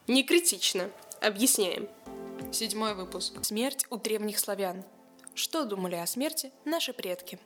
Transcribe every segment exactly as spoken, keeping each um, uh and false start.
Не критично. Объясняем. Седьмой выпуск. Смерть у древних славян. Что думали о смерти наши предки?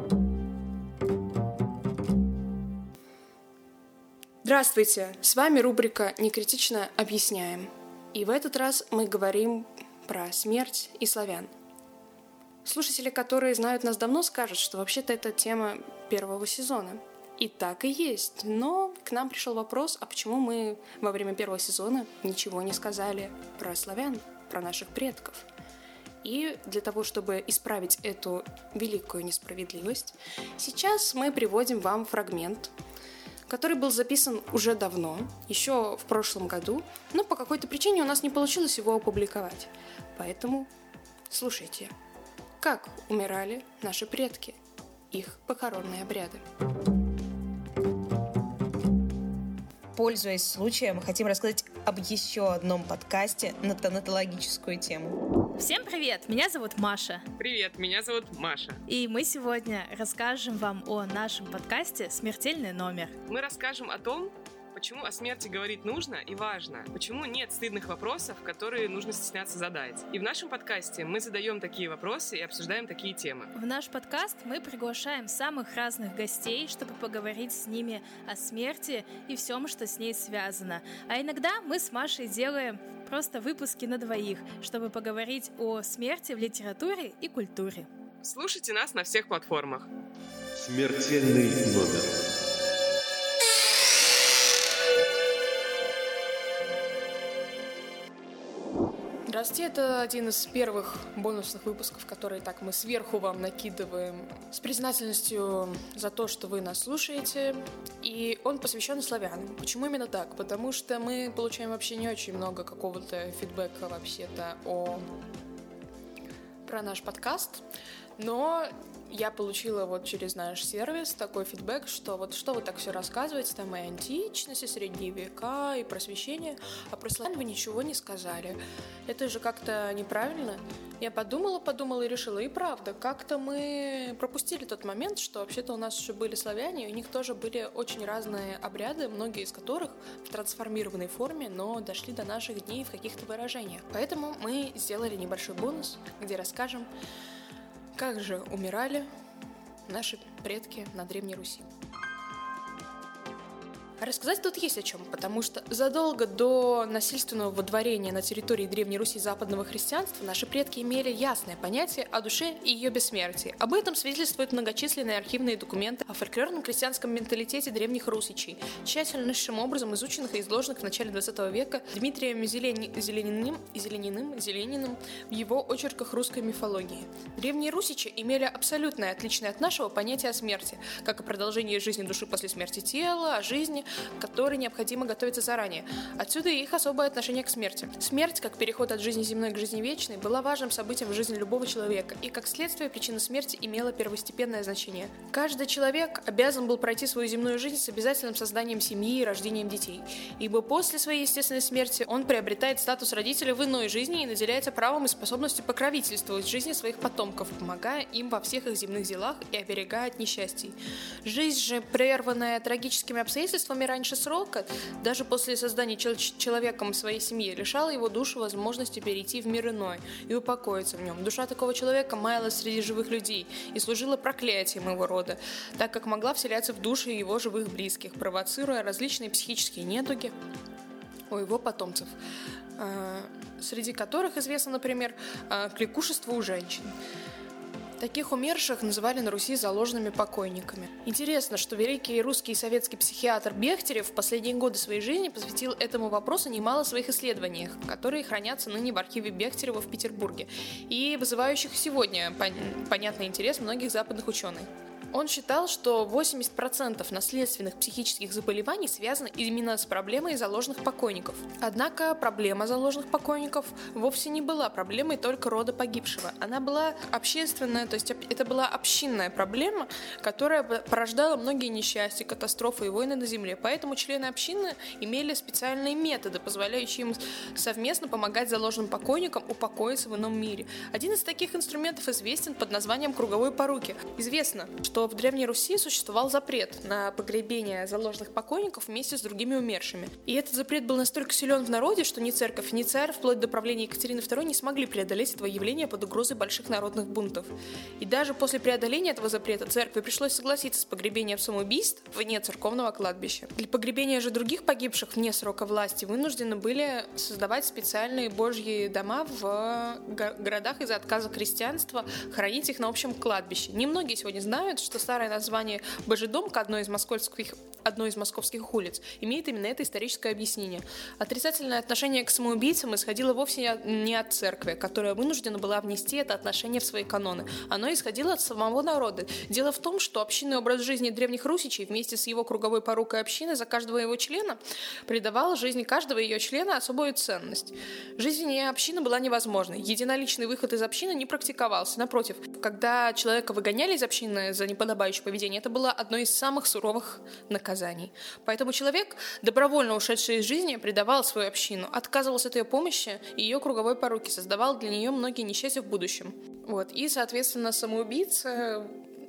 Здравствуйте, с вами рубрика «Некритично объясняем». И в этот раз мы говорим про смерть и славян. Слушатели, которые знают нас давно, скажут, что вообще-то это тема первого сезона. И так и есть. Но к нам пришел вопрос, а почему мы во время первого сезона ничего не сказали про славян, про наших предков? И для того, чтобы исправить эту великую несправедливость, сейчас мы приводим вам фрагмент, который был записан уже давно, еще в прошлом году, но по какой-то причине у нас не получилось его опубликовать. Поэтому слушайте, как умирали наши предки, их похоронные обряды. Пользуясь случаем, мы хотим рассказать об еще одном подкасте на тонатологическую тему. Всем привет! Меня зовут Маша. Привет, меня зовут Маша. И мы сегодня расскажем вам о нашем подкасте «Смертельный номер». Мы расскажем о том, почему о смерти говорить нужно и важно, почему нет стыдных вопросов, которые нужно стесняться задать. И в нашем подкасте мы задаем такие вопросы и обсуждаем такие темы. В наш подкаст мы приглашаем самых разных гостей, чтобы поговорить с ними о смерти и всем, что с ней связано. А иногда мы с Машей делаем просто выпуски на двоих, чтобы поговорить о смерти в литературе и культуре. Слушайте нас на всех платформах. Смертельный номер. Здравствуйте, это один из первых бонусных выпусков, которые так мы сверху вам накидываем с признательностью за то, что вы нас слушаете, и он посвящен славянам. Почему именно так? Потому что мы получаем вообще не очень много какого-то фидбэка вообще-то о... про наш подкаст, но я получила вот через наш сервис такой фидбэк, что вот что вы так все рассказываете, там и античность, и средние века, и просвещение, а про славян вы ничего не сказали. Это же как-то неправильно. Я подумала, подумала и решила, и правда, как-то мы пропустили тот момент, что вообще-то у нас еще были славяне, и у них тоже были очень разные обряды, многие из которых в трансформированной форме, но дошли до наших дней в каких-то выражениях. Поэтому мы сделали небольшой бонус, где расскажем, как же умирали наши предки на Древней Руси. Рассказать тут есть о чем, потому что задолго до насильственного водворения на территории Древней Руси западного христианства наши предки имели ясное понятие о душе и ее бессмертии. Об этом свидетельствуют многочисленные архивные документы о фольклорном крестьянском менталитете древних русичей, тщательнейшим образом изученных и изложенных в начале двадцатого века Дмитрием Зелени... Зелениным, Зелениным, Зелениным в его очерках русской мифологии. Древние русичи имели абсолютное отличное от нашего понятие о смерти, как и продолжение жизни души после смерти тела, о жизни, к которой необходимо готовиться заранее. Отсюда и их особое отношение к смерти. Смерть, как переход от жизни земной к жизни вечной, была важным событием в жизни любого человека, и как следствие причина смерти имела первостепенное значение. Каждый человек обязан был пройти свою земную жизнь с обязательным созданием семьи и рождением детей, ибо после своей естественной смерти он приобретает статус родителя в иной жизни и наделяется правом и способностью покровительствовать жизни своих потомков, помогая им во всех их земных делах и оберегая от несчастий. Жизнь же, прерванная трагическими обстоятельствами раньше срока, даже после создания чел- человеком своей семьи, лишала его душу возможности перейти в мир иной и упокоиться в нем. Душа такого человека маялась среди живых людей и служила проклятием его рода, так как могла вселяться в души его живых близких, провоцируя различные психические недуги у его потомцев, среди которых известно, например, кликушество у женщин. Таких умерших называли на Руси заложенными покойниками. Интересно, что великий русский и советский психиатр Бехтерев в последние годы своей жизни посвятил этому вопросу немало своих исследований, которые хранятся ныне в архиве Бехтерева в Петербурге и вызывающих сегодня пон- понятный интерес многих западных ученых. Он считал, что восемьдесят процентов наследственных психических заболеваний связаны именно с проблемой заложенных покойников. Однако проблема заложенных покойников вовсе не была проблемой только рода погибшего. Она была общественная, то есть это была общинная проблема, которая порождала многие несчастья, катастрофы и войны на земле. Поэтому члены общины имели специальные методы, позволяющие им совместно помогать заложенным покойникам упокоиться в ином мире. Один из таких инструментов известен под названием круговой поруки. Известно, что что в Древней Руси существовал запрет на погребение заложенных покойников вместе с другими умершими. И этот запрет был настолько силен в народе, что ни церковь, ни царь, вплоть до правления Екатерины второй, не смогли преодолеть этого явления под угрозой больших народных бунтов. И даже после преодоления этого запрета церкви пришлось согласиться с погребением самоубийств вне церковного кладбища. Для погребения же других погибших вне срока власти вынуждены были создавать специальные божьи дома в городах из-за отказа крестьянства хранить их на общем кладбище. Немногие сегодня знают, что старое название Божий-дом к одной из московских, одной из московских улиц имеет именно это историческое объяснение. Отрицательное отношение к самоубийцам исходило вовсе не от церкви, которая вынуждена была внести это отношение в свои каноны. Оно исходило от самого народа. Дело в том, что общинный образ жизни древних русичей вместе с его круговой порукой общины за каждого его члена придавал жизни каждого ее члена особую ценность. Жизнь вне общины была невозможной. Единоличный выход из общины не практиковался. Напротив, когда человека выгоняли из общины за неподобающее поведение, это было одно из самых суровых наказаний. Поэтому человек, добровольно ушедший из жизни, предавал свою общину, отказывался от ее помощи и ее круговой поруки, создавал для нее многие несчастья в будущем. Вот. И, соответственно, самоубийцы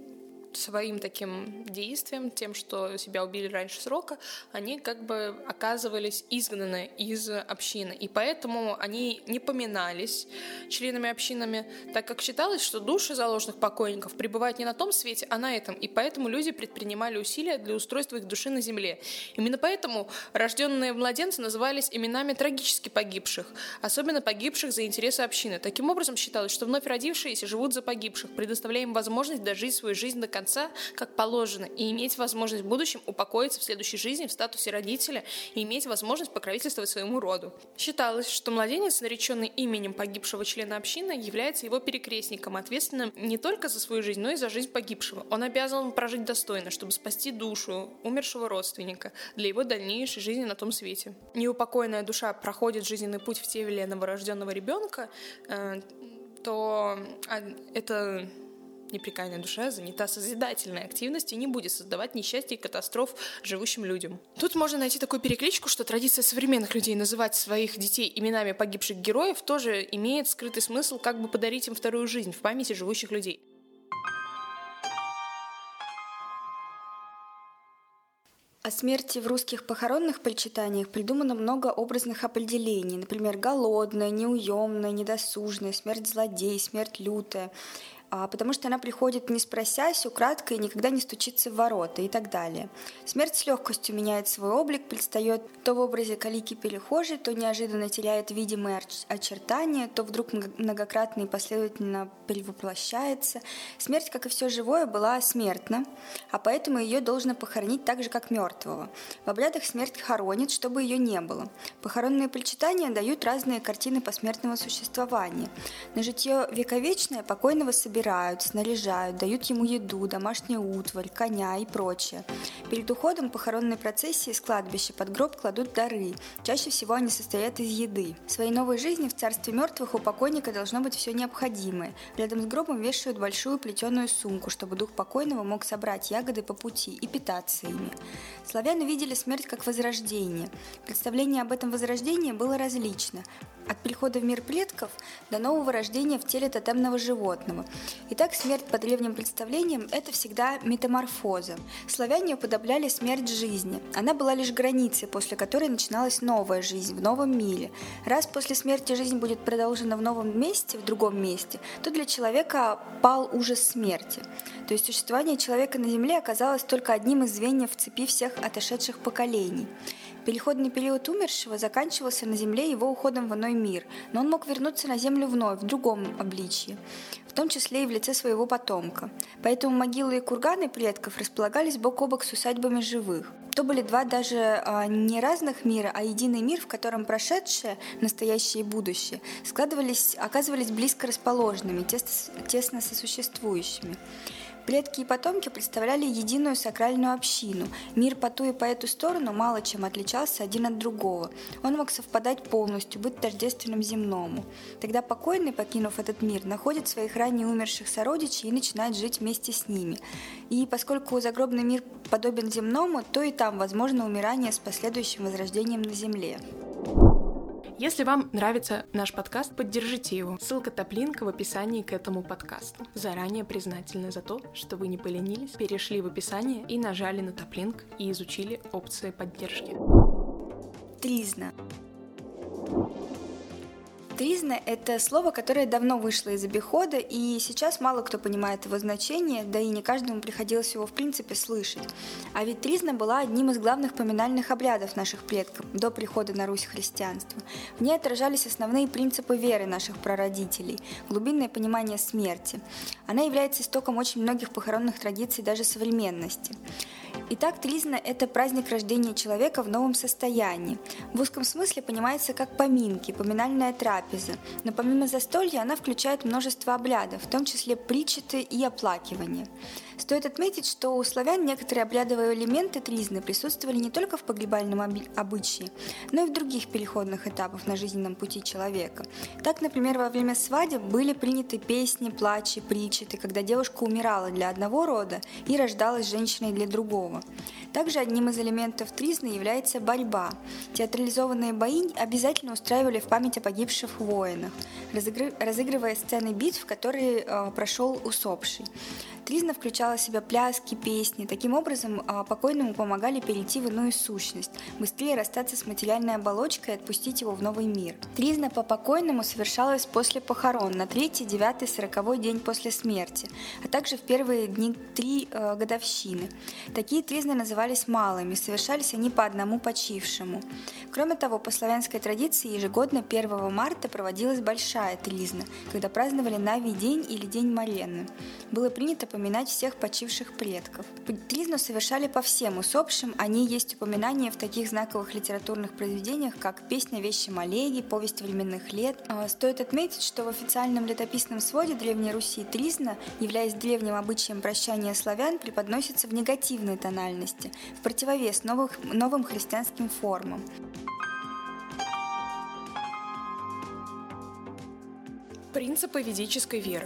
своим таким действием, тем, что себя убили раньше срока, они как бы оказывались изгнаны из общины. И поэтому они не поминались членами общинами, так как считалось, что души заложенных покойников пребывают не на том свете, а на этом. И поэтому люди предпринимали усилия для устройства их души на земле. Именно поэтому рожденные младенцы назывались именами трагически погибших, особенно погибших за интересы общины. Таким образом считалось, что вновь родившиеся живут за погибших, предоставляя им возможность дожить свою жизнь до конца, как положено, и иметь возможность в будущем упокоиться в следующей жизни в статусе родителя и иметь возможность покровительствовать своему роду. Считалось, что младенец, нареченный именем погибшего члена общины, является его перекрестником, ответственным не только за свою жизнь, но и за жизнь погибшего. Он обязан прожить достойно, чтобы спасти душу умершего родственника для его дальнейшей жизни на том свете. Неупокоенная душа проходит жизненный путь в теле новорожденного ребенка, то это непрекаянная душа занята созидательной активностью и не будет создавать несчастья и катастроф живущим людям. Тут можно найти такую перекличку, что традиция современных людей называть своих детей именами погибших героев тоже имеет скрытый смысл как бы подарить им вторую жизнь в памяти живущих людей. О смерти в русских похоронных причитаниях придумано много образных определений, например, голодная, неуемная, недосужная, смерть злодей, смерть лютая, потому что она приходит не спросясь, украдкой, никогда не стучится в ворота и так далее. Смерть с легкостью меняет свой облик, предстает то в образе калики-перехожей, то неожиданно теряет видимые очертания, то вдруг многократно и последовательно перевоплощается. Смерть, как и все живое, была смертна, а поэтому ее должно похоронить так же, как мертвого. В обрядах смерть хоронит, чтобы ее не было. Похоронные причитания дают разные картины посмертного существования. На житье вековечное покойного собирают, снаряжают, дают ему еду, домашнюю утварь, коня и прочее. Перед уходом похоронной процессии с кладбища под гроб кладут дары. Чаще всего они состоят из еды. В своей новой жизни в царстве мертвых у покойника должно быть все необходимое. Рядом с гробом вешают большую плетеную сумку, чтобы дух покойного мог собрать ягоды по пути и питаться ими. Славяне видели смерть как возрождение. Представление об этом возрождении было различно. От прихода в мир предков до нового рождения в теле тотемного животного. Итак, смерть по древним представлениям – это всегда метаморфоза. Славяне уподобляли смерть жизни. Она была лишь границей, после которой начиналась новая жизнь в новом мире. Раз после смерти жизнь будет продолжена в новом месте, в другом месте, то для человека пал ужас смерти. То есть существование человека на земле оказалось только одним из звеньев в цепи всех отошедших поколений. Переходный период умершего заканчивался на земле его уходом в иной мир, но он мог вернуться на землю вновь, в другом обличье, в том числе и в лице своего потомка. Поэтому могилы и курганы предков располагались бок о бок с усадьбами живых. То были два даже а, не разных мира, а единый мир, в котором прошедшее, настоящее и будущее складывались, оказывались близко расположенными, тесно, тесно сосуществующими. Предки и потомки представляли единую сакральную общину. Мир по ту и по эту сторону мало чем отличался один от другого. Он мог совпадать полностью, быть тождественным земному. Тогда покойный, покинув этот мир, находит своих ранее умерших сородичей и начинает жить вместе с ними. И поскольку загробный мир подобен земному, то и там возможно умирание с последующим возрождением на земле. Если вам нравится наш подкаст, поддержите его. Ссылка топлинка в описании к этому подкасту. Заранее признательны за то, что вы не поленились, перешли в описание и нажали на топлинк и изучили опции поддержки. Тризна. Тризна – это слово, которое давно вышло из обихода, и сейчас мало кто понимает его значение, да и не каждому приходилось его в принципе слышать. А ведь тризна была одним из главных поминальных обрядов наших предков до прихода на Русь христианства. В ней отражались основные принципы веры наших прародителей, глубинное понимание смерти. Она является истоком очень многих похоронных традиций даже современности. Итак, тризна – это праздник рождения человека в новом состоянии. В узком смысле понимается как поминки, поминальная трапеза, но помимо застолья она включает множество обрядов, в том числе причеты и оплакивания. Стоит отметить, что у славян некоторые обрядовые элементы тризны присутствовали не только в погребальном обычае, но и в других переходных этапах на жизненном пути человека. Так, например, во время свадеб были приняты песни, плачи, причеты, когда девушка умирала для одного рода и рождалась женщиной для другого. Также одним из элементов тризны является борьба. Театрализованные бои обязательно устраивали в память о погибших воинах, разыгры... разыгрывая сцены битв, которые э, прошел усопший. Тризна включала в себя пляски, песни. Таким образом, покойному помогали перейти в иную сущность, быстрее расстаться с материальной оболочкой и отпустить его в новый мир. Тризна по покойному совершалась после похорон, на третий, девятый, сороковой день после смерти, а также в первые дни три э, годовщины. Такие тризны назывались малыми, совершались они по одному почившему. Кроме того, по славянской традиции ежегодно первого марта проводилась большая тризна, когда праздновали Навий день или День Марены. Было принято поминать всех почивших предков. Тризну совершали по всем усопшим, о ней есть упоминания в таких знаковых литературных произведениях, как «Песня о вещем Олеге», «Повесть временных лет». Стоит отметить, что в официальном летописном своде Древней Руси тризна, являясь древним обычаем прощания славян, преподносится в негативной тональности, в противовес новых, новым христианским формам. Принципы ведической веры.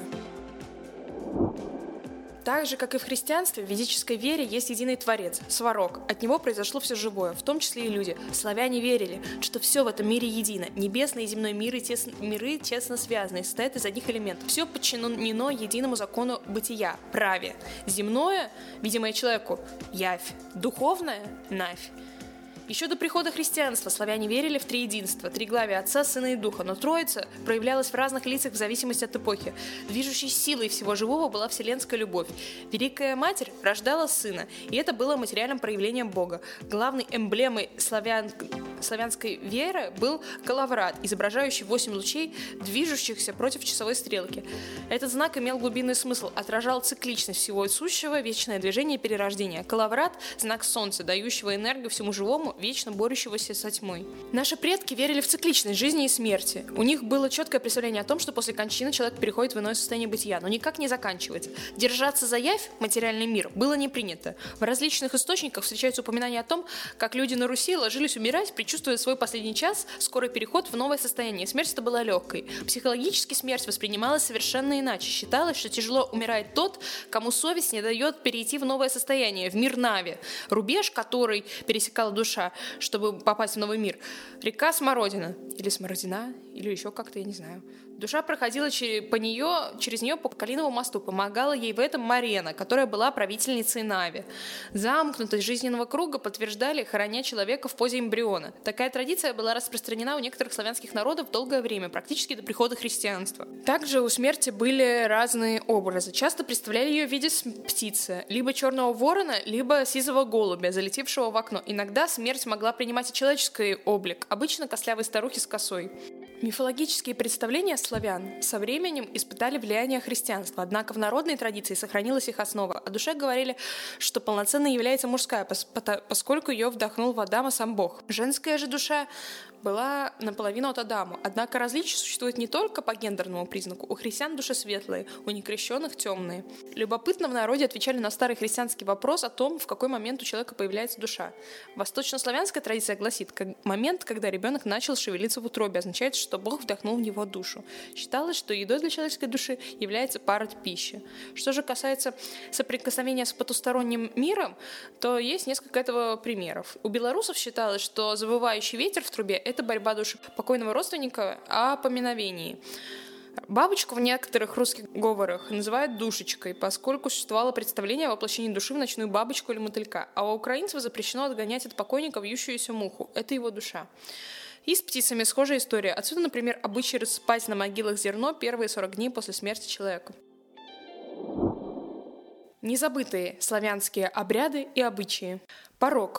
Так же, как и в христианстве, в ведической вере есть единый Творец, Сварог. От него произошло все живое, в том числе и люди. Славяне верили, что все в этом мире едино. Небесный и земной миры тесно, миры тесно связаны и состоят из одних элементов. Все подчинено единому закону бытия, праве. Земное, видимое человеку, явь. Духовное – навь. Еще до прихода христианства славяне верили в триединство, триглавие Отца, Сына и Духа, но Троица проявлялась в разных лицах в зависимости от эпохи. Движущей силой всего живого была вселенская любовь. Великая Матерь рождала Сына, и это было материальным проявлением Бога. Главной эмблемой славян... славянской веры был калаврат, изображающий восемь лучей, движущихся против часовой стрелки. Этот знак имел глубинный смысл, отражал цикличность всего сущего, вечное движение и перерождение. Калаврат – знак солнца, дающего энергию всему живому, вечно борющегося со тьмой. Наши предки верили в цикличность жизни и смерти. У них было четкое представление о том, что после кончины человек переходит в иное состояние бытия, но никак не заканчивается. Держаться за явь, материальный мир, было не принято. В различных источниках встречаются упоминания о том, как люди на Руси ложились умирать, предчувствуя свой последний час, скорый переход в новое состояние. Смерть это была легкой. Психологически смерть воспринималась совершенно иначе. Считалось, что тяжело умирает тот, кому совесть не дает перейти в новое состояние, в мир Нави. Рубеж, который пересекала душа, чтобы попасть в новый мир. Река Смородина. Или Смородина, или еще как-то, я не знаю. Душа проходила через, по нее, через нее по Калиновому мосту. Помогала ей в этом Марена, которая была правительницей Нави. Замкнутость жизненного круга подтверждали, хороня человека в позе эмбриона. Такая традиция была распространена у некоторых славянских народов долгое время, практически до прихода христианства. Также у смерти были разные образы. Часто представляли ее в виде птицы, либо черного ворона, либо сизого голубя, залетевшего в окно. Иногда смерть могла принимать и человеческий облик, обычно костлявой старухи с косой. Мифологические представления славян со временем испытали влияние христианства, однако в народной традиции сохранилась их основа. О душе говорили, что полноценной является мужская, поскольку ее вдохнул в Адама сам Бог. Женская же душа была наполовину от Адама. Однако различия существуют не только по гендерному признаку. У христиан души светлые, у некрещенных темные. Любопытно в народе отвечали на старый христианский вопрос о том, в какой момент у человека появляется душа. Восточнославянская традиция гласит, как момент, когда ребенок начал шевелиться в утробе, означает, что Бог вдохнул в него душу. Считалось, что едой для человеческой души является пара пищи. Что же касается соприкосновения с потусторонним миром, то есть несколько этого примеров. У белорусов считалось, что завывающий ветер в трубе – это Это борьба души покойного родственника о поминовении. Бабочку в некоторых русских говорах называют душечкой, поскольку существовало представление о воплощении души в ночную бабочку или мотылька, а у украинцев запрещено отгонять от покойника вьющуюся муху. Это его душа. И с птицами схожая история. Отсюда, например, обычай рассыпать на могилах зерно первые сорок дней после смерти человека. Незабытые славянские обряды и обычаи. Порок.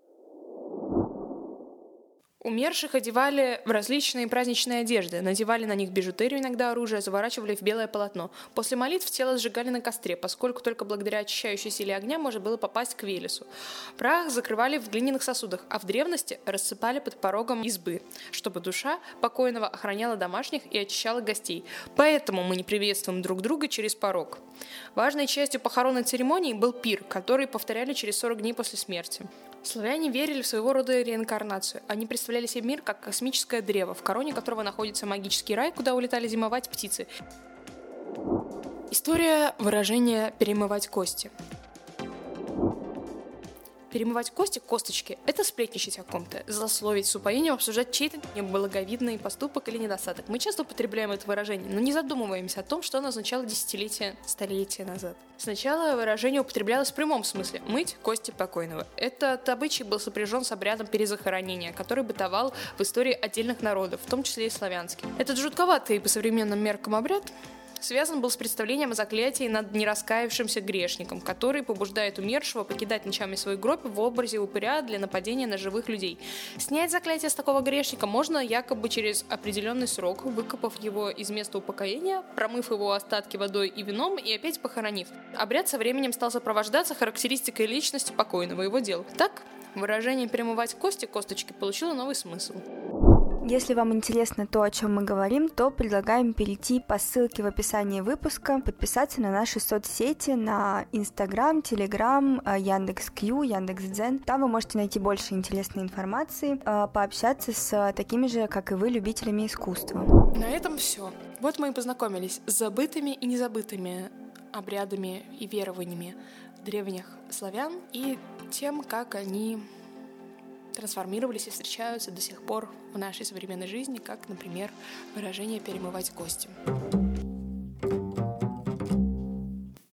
Умерших одевали в различные праздничные одежды, надевали на них бижутерию, иногда оружие, заворачивали в белое полотно. После молитв тело сжигали на костре, поскольку только благодаря очищающей силе огня можно было попасть к Велесу. Прах закрывали в глиняных сосудах, а в древности рассыпали под порогом избы, чтобы душа покойного охраняла домашних и очищала гостей. Поэтому мы не приветствуем друг друга через порог. Важной частью похоронной церемонии был пир, который повторяли через сорок дней после смерти. Славяне верили в своего рода реинкарнацию. Они представляли себе мир как космическое древо, в короне которого находится магический рай, куда улетали зимовать птицы. История выражения «перемывать кости». Перемывать кости, косточки – это сплетничать о ком-то, злословить, с упоением обсуждать чей-то неблаговидный поступок или недостаток. Мы часто употребляем это выражение, но не задумываемся о том, что оно означало десятилетия, столетия назад. Сначала выражение употреблялось в прямом смысле – мыть кости покойного. Этот обычай был сопряжен с обрядом перезахоронения, который бытовал в истории отдельных народов, в том числе и славянских. Этот жутковатый по современным меркам обряд связан был с представлением о заклятии над нераскаявшимся грешником, который побуждает умершего покидать ночами свой гроб в образе упыря для нападения на живых людей. Снять заклятие с такого грешника можно якобы через определенный срок, выкопав его из места упокоения, промыв его остатки водой и вином и опять похоронив. Обряд со временем стал сопровождаться характеристикой личности покойного, его дел. Так, выражение «перемывать кости, косточки» получило новый смысл. Если вам интересно то, о чем мы говорим, то предлагаем перейти по ссылке в описании выпуска, подписаться на наши соцсети, на Инстаграм, Телеграм, Яндекс.Кью, Яндекс.Дзен. Там вы можете найти больше интересной информации, пообщаться с такими же, как и вы, любителями искусства. На этом все. Вот мы и познакомились с забытыми и незабытыми обрядами и верованиями древних славян и тем, как они трансформировались и встречаются до сих пор в нашей современной жизни, как, например, выражение «перемывать кости».